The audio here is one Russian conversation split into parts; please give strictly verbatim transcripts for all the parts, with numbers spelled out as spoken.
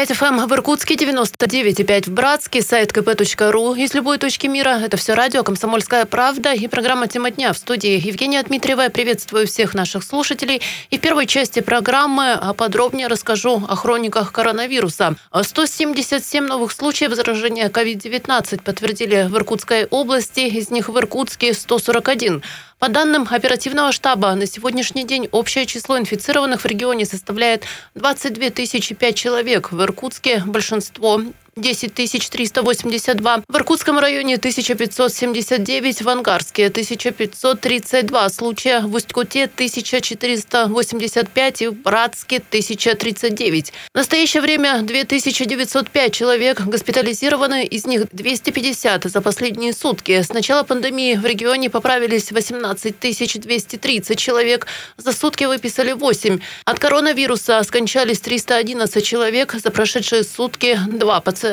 пять эф эм в Иркутске, девяносто девять и пять в Братске, сайт ка пэ точка ру из любой точки мира. Это все радио «Комсомольская правда» и программа «Тема дня». В студии Евгения Дмитриева. Приветствую всех наших слушателей. И в первой части программы подробнее расскажу о хрониках коронавируса. сто семьдесят семь новых случаев заражения ковид девятнадцать подтвердили в Иркутской области. Из них в Иркутске сто сорок один. По данным оперативного штаба, на сегодняшний день общее число инфицированных в регионе составляет двадцать две тысячи пять человек. В Иркутске большинство десять тысяч триста восемьдесят два, в Иркутском районе тысяча пятьсот семьдесят девять, в Ангарске тысяча пятьсот тридцать два случая, в Усть-Куте тысяча четыреста восемьдесят пять и в Братске тысяча тридцать девять. В настоящее время две тысячи девятьсот пять человек госпитализированы, из них двести пятьдесят за последние сутки. С начала пандемии в регионе поправились восемнадцать тысяч двести тридцать человек, за сутки выписали восемь. От коронавируса скончались триста одиннадцать человек, за прошедшие сутки два пациента.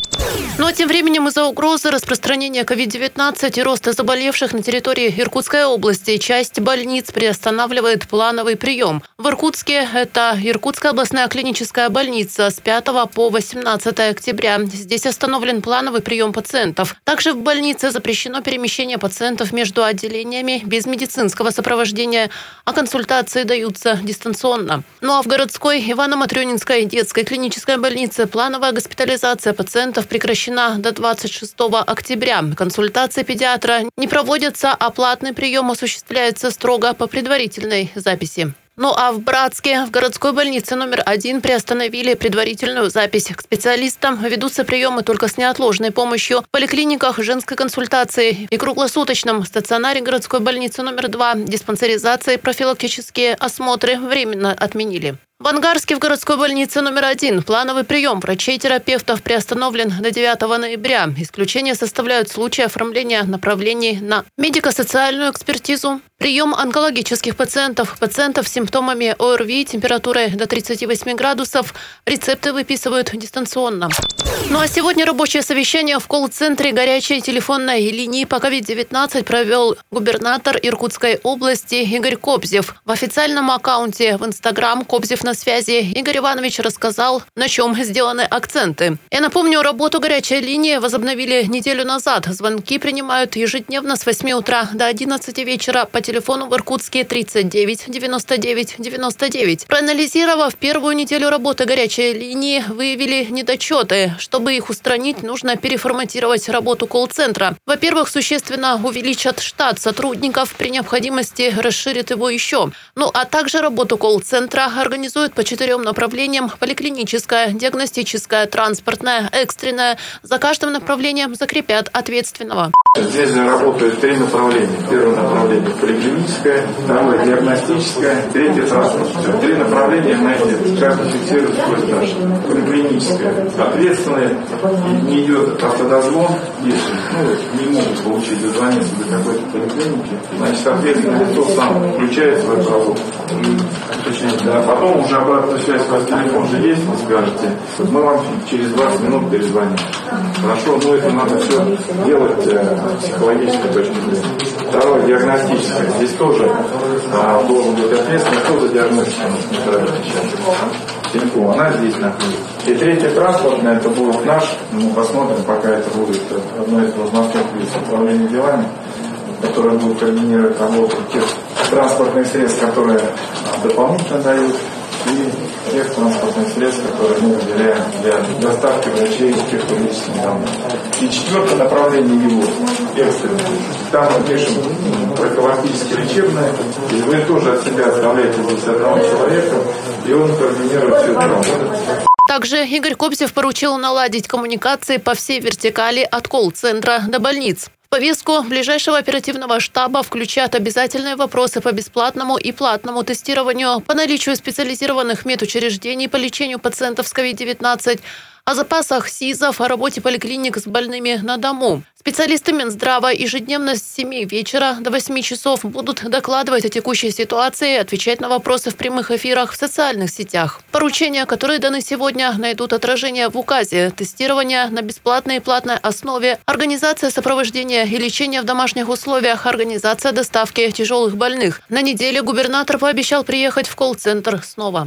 Но тем временем из-за угрозы распространения ковид девятнадцать и роста заболевших на территории Иркутской области часть больниц приостанавливает плановый прием. В Иркутске это Иркутская областная клиническая больница с пятого по восемнадцатое октября. Здесь остановлен плановый прием пациентов. Также в больнице запрещено перемещение пациентов между отделениями без медицинского сопровождения, а консультации даются дистанционно. Ну а в городской Ивано-Матрёнинской детской клинической больнице плановая госпитализация пациентов прекращена до двадцать шестого октября. Консультации педиатра не проводятся, а платный прием осуществляется строго по предварительной записи. Ну а в Братске в городской больнице номер один приостановили предварительную запись. К специалистам ведутся приемы только с неотложной помощью. В поликлиниках женской консультации и круглосуточном стационаре городской больницы номер два диспансеризация и профилактические осмотры временно отменили. В Ангарске в городской больнице номер один плановый прием врачей-терапевтов приостановлен до девятого ноября. Исключение составляют случаи оформления направлений на медико-социальную экспертизу, прием онкологических пациентов, пациентов с симптомами о эр ви, температурой до тридцати восьми градусов. Рецепты выписывают дистанционно. Ну а сегодня рабочее совещание в колл-центре горячей телефонной линии по ковид девятнадцать провел губернатор Иркутской области Игорь Кобзев. В официальном аккаунте в Инстаграм «Кобзев на связи» Игорь Иванович рассказал, на чем сделаны акценты. Я напомню, работу горячей линии возобновили неделю назад. Звонки принимают ежедневно с восьми утра до одиннадцати вечера по телефону в Иркутске тридцать девять девяносто девять девяносто девять. Проанализировав первую неделю работы горячей линии, выявили недочеты. Чтобы их устранить, нужно переформатировать работу колл-центра. Во-первых, существенно увеличат штат сотрудников, при необходимости расширят его еще. Ну а также работу колл-центра организуют по четырем направлениям: поликлиническое, диагностическое, транспортное, экстренное. За каждым направлением закрепят ответственного. Здесь работают три направления. Первое направление – поликлиническое, второе – диагностическое, третье – транспортное. Три направления мы каждый фиксирует свой стаж. Поликлиническое. Ответственное, не идет автодозвон, если ну, не могут получить дозвониться до какой-то поликлиники, значит, ответственное лицо сам включается в эту работу. Да, потом уже обратная связь, у вас телефон же есть, вы скажете, мы вам через двадцать минут перезвоним. Хорошо, но это надо все делать с психологической точки зрения. Второе, диагностическое. Здесь тоже а, должен быть ответственный, кто за диагностику телефон. Она здесь находится. И третье, транспортное, это будет наш, мы посмотрим, пока это будет одно из должностных лиц управления делами, которое будет координировать работу тех транспортных средств, которые дополнительно дают, и тех транспортных средств, которые мы выделяем для доставки врачей из тех туристических данных. И четвертое направление его экстренное. Там мы пишем профилактически лечебное, и вы тоже от себя оставляете здесь одного человека, и он координирует всю эту работу. Также Игорь Кобзев поручил наладить коммуникации по всей вертикали от колл-центра до больниц. В повестку ближайшего оперативного штаба включат обязательные вопросы по бесплатному и платному тестированию, по наличию специализированных медучреждений по лечению пациентов с ковид девятнадцать, о запасах СИЗов, о работе поликлиник с больными на дому. Специалисты Минздрава ежедневно с семи вечера до восьми часов будут докладывать о текущей ситуации и отвечать на вопросы в прямых эфирах в социальных сетях. Поручения, которые даны сегодня, найдут отражение в указе. Тестирование на бесплатной и платной основе, организация сопровождения и лечения в домашних условиях, организация доставки тяжелых больных. На неделе губернатор пообещал приехать в колл-центр снова.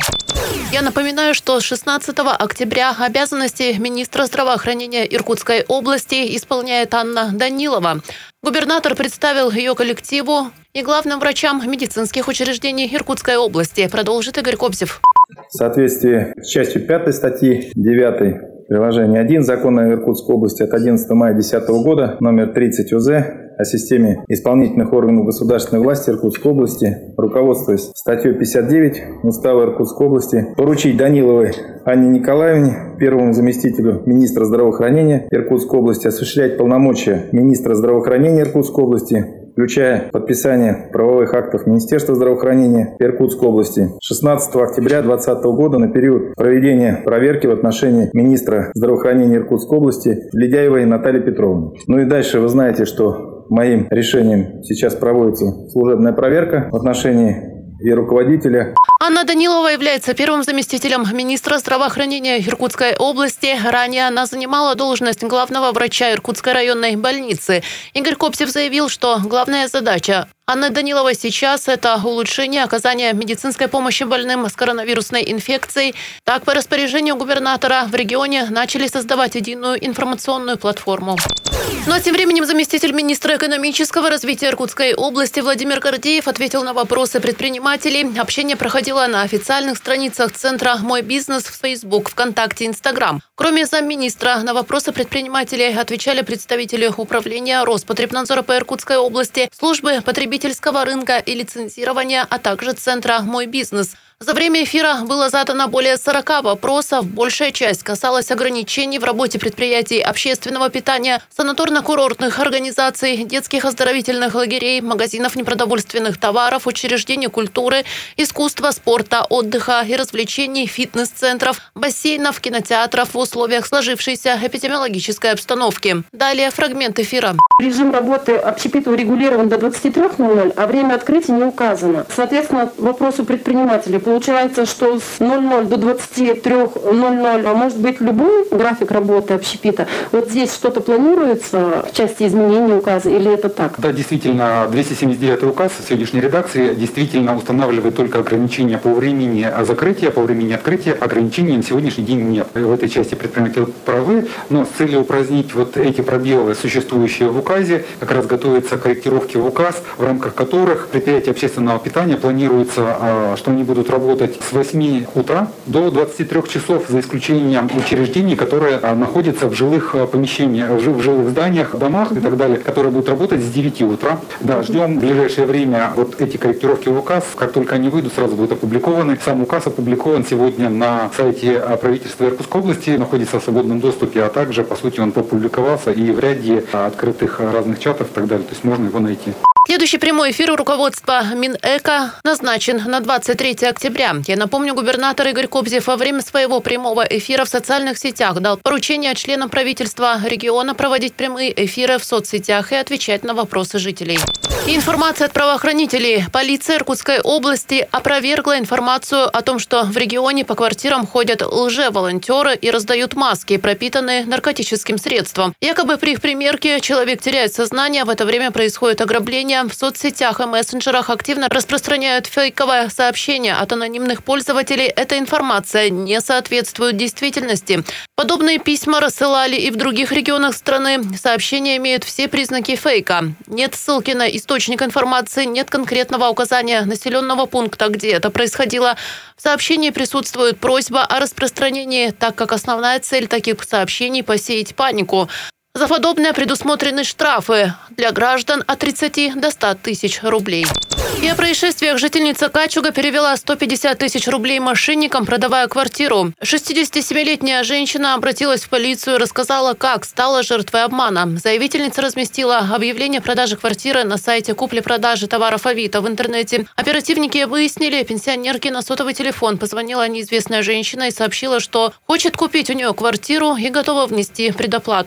Я напоминаю, что с шестнадцатого октября обязанности министра здравоохранения Иркутской области исполняет Анна Данилова. Губернатор представил ее коллективу и главным врачам медицинских учреждений Иркутской области. Продолжит Игорь Кобзев. В соответствии с частью пятой статьи девятой приложения один Закона Иркутской области от одиннадцатого мая две тысячи десятого года номер тридцать УЗ о системе исполнительных органов государственной власти Иркутской области, руководствуясь статьей пятьдесят девять Устава Иркутской области, поручить Даниловой Анне Николаевне, первому заместителю министра здравоохранения Иркутской области, осуществлять полномочия министра здравоохранения Иркутской области, включая подписание правовых актов Министерства здравоохранения Иркутской области шестнадцатого октября две тысячи двадцатого года на период проведения проверки в отношении министра здравоохранения Иркутской области Ледяевой Натальи Петровны. Ну и дальше вы знаете, что моим решением сейчас проводится служебная проверка в отношении и руководителя. Анна Данилова является первым заместителем министра здравоохранения Иркутской области. Ранее она занимала должность главного врача Иркутской районной больницы. Игорь Кобзев заявил, что главная задача Анны Даниловой сейчас – это улучшение оказания медицинской помощи больным с коронавирусной инфекцией. Так, по распоряжению губернатора в регионе начали создавать единую информационную платформу. Ну а тем временем заместитель министра экономического развития Иркутской области Владимир Гордеев ответил на вопросы предпринимателей. Общение проходило на официальных страницах центра «Мой бизнес» в Facebook, ВКонтакте, Инстаграм. Кроме замминистра, на вопросы предпринимателей отвечали представители управления Роспотребнадзора по Иркутской области, службы потребительского рынка и лицензирования, а также центра «Мой бизнес». За время эфира было задано более сорока вопросов. Большая часть касалась ограничений в работе предприятий общественного питания, санаторно-курортных организаций, детских оздоровительных лагерей, магазинов непродовольственных товаров, учреждений культуры, искусства, спорта, отдыха и развлечений, фитнес-центров, бассейнов, кинотеатров в условиях сложившейся эпидемиологической обстановки. Далее фрагмент эфира. Режим работы общепита урегулирован до двадцати трёх ноль-ноль, а время открытия не указано. Соответственно, вопросу предпринимателей. Получается, что с ноль-ноль до двадцати трёх ноль-ноль, а может быть любой график работы общепита. Вот здесь что-то планируется в части изменения указа или это так? Да, действительно, двести семьдесят девятый указ в сегодняшней редакции действительно устанавливает только ограничения по времени закрытия, по времени открытия. Ограничений на сегодняшний день нет. В этой части предприниматели правы, но с целью упразднить вот эти пробелы, существующие в указе, как раз готовятся корректировки в указ, в рамках которых предприятия общественного питания планируется, что они будут работать работать с восьми утра до двадцати трёх часов, за исключением учреждений, которые находятся в жилых помещениях, в жилых зданиях, домах и так далее, которые будут работать с девяти утра. Да, ждем в ближайшее время вот эти корректировки в указ. Как только они выйдут, сразу будут опубликованы. Сам указ опубликован сегодня на сайте правительства Иркутской области, находится в свободном доступе, а также, по сути, он опубликовался и в ряде открытых разных чатов и так далее. То есть можно его найти. Следующий прямой эфир руководства Минэко назначен на двадцать третье октября. Я напомню, губернатор Игорь Кобзев во время своего прямого эфира в социальных сетях дал поручение членам правительства региона проводить прямые эфиры в соцсетях и отвечать на вопросы жителей. И информация от правоохранителей. Полиция Иркутской области опровергла информацию о том, что в регионе по квартирам ходят лже-волонтеры и раздают маски, пропитанные наркотическим средством. Якобы при их примерке человек теряет сознание, в это время происходит ограбление. В соцсетях и мессенджерах активно распространяют фейковое сообщение от анонимных пользователей. Эта информация не соответствует действительности. Подобные письма рассылали и в других регионах страны. Сообщения имеют все признаки фейка. Нет ссылки на источник информации, нет конкретного указания населенного пункта, где это происходило. В сообщении присутствует просьба о распространении, так как основная цель таких сообщений – посеять панику. За подобное предусмотрены штрафы для граждан от тридцати до ста тысяч рублей. И о происшествиях жительница Качуга перевела сто пятьдесят тысяч рублей мошенникам, продавая квартиру. шестидесятисемилетняя женщина обратилась в полицию и рассказала, как стала жертвой обмана. Заявительница разместила объявление продажи квартиры на сайте купли-продажи товаров Авито в интернете. Оперативники выяснили, пенсионерке на сотовый телефон позвонила неизвестная женщина и сообщила, что хочет купить у нее квартиру и готова внести предоплату.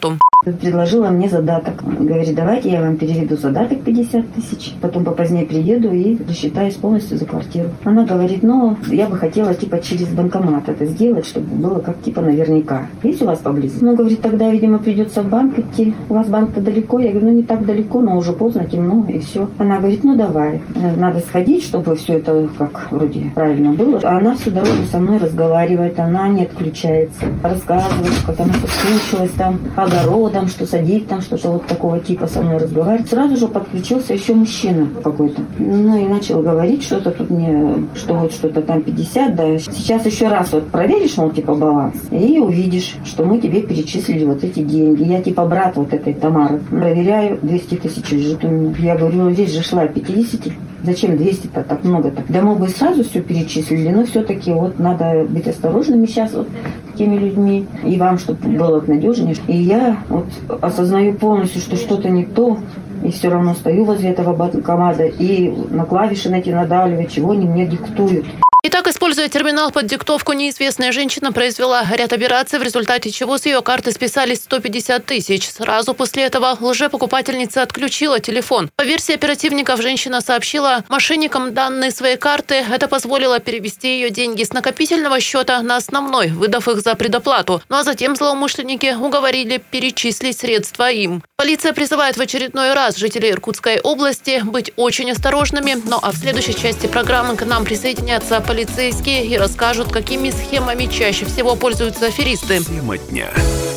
Предложила мне задаток. Говорит, давайте я вам переведу задаток пятьдесят тысяч, потом попозднее приеду и рассчитаюсь полностью за квартиру. Она говорит, ну, я бы хотела типа через банкомат это сделать, чтобы было как типа наверняка. Есть у вас поблизости? Ну, говорит, тогда, видимо, придется в банк идти. У вас банк-то далеко. Я говорю, ну, не так далеко, но уже поздно, темно, и все. Она говорит, ну, давай. Надо сходить, чтобы все это как вроде правильно было. А она всю дорогу со мной разговаривает, она не отключается. Рассказывает, как она соскучилась там, огородом, что садить там, что-то вот такого типа со мной разговаривает. Сразу же подключился еще мужчина какой-то. Ну, и начал говорить что-то тут мне, что вот что-то там пятьдесят, да. Сейчас еще раз вот проверишь, мол, типа баланс, и увидишь, что мы тебе перечислили вот эти деньги. Я типа брат вот этой Тамары. Проверяю, двести тысяч лежит у меня. Я говорю, ну, здесь же шла пятьдесят. Зачем двести-то так много-то? Да мог бы сразу все перечислили, но все-таки вот надо быть осторожными сейчас вот такими людьми. И вам, чтобы было надежнее. И я вот осознаю полностью, что что-то не то. И все равно стою возле этого банкомата и на клавиши на эти надавливаю, чего они мне диктуют. Итак, используя терминал под диктовку, неизвестная женщина произвела ряд операций, в результате чего с ее карты списались сто пятьдесят тысяч. Сразу после этого лжепокупательница отключила телефон. По версии оперативников, женщина сообщила мошенникам данные своей карты. Это позволило перевести ее деньги с накопительного счета на основной, выдав их за предоплату. Ну а затем злоумышленники уговорили перечислить средства им. Полиция призывает в очередной раз жителей Иркутской области быть очень осторожными. Ну а в следующей части программы к нам присоединятся полицейские и расскажут, какими схемами чаще всего пользуются аферисты. Тема дня.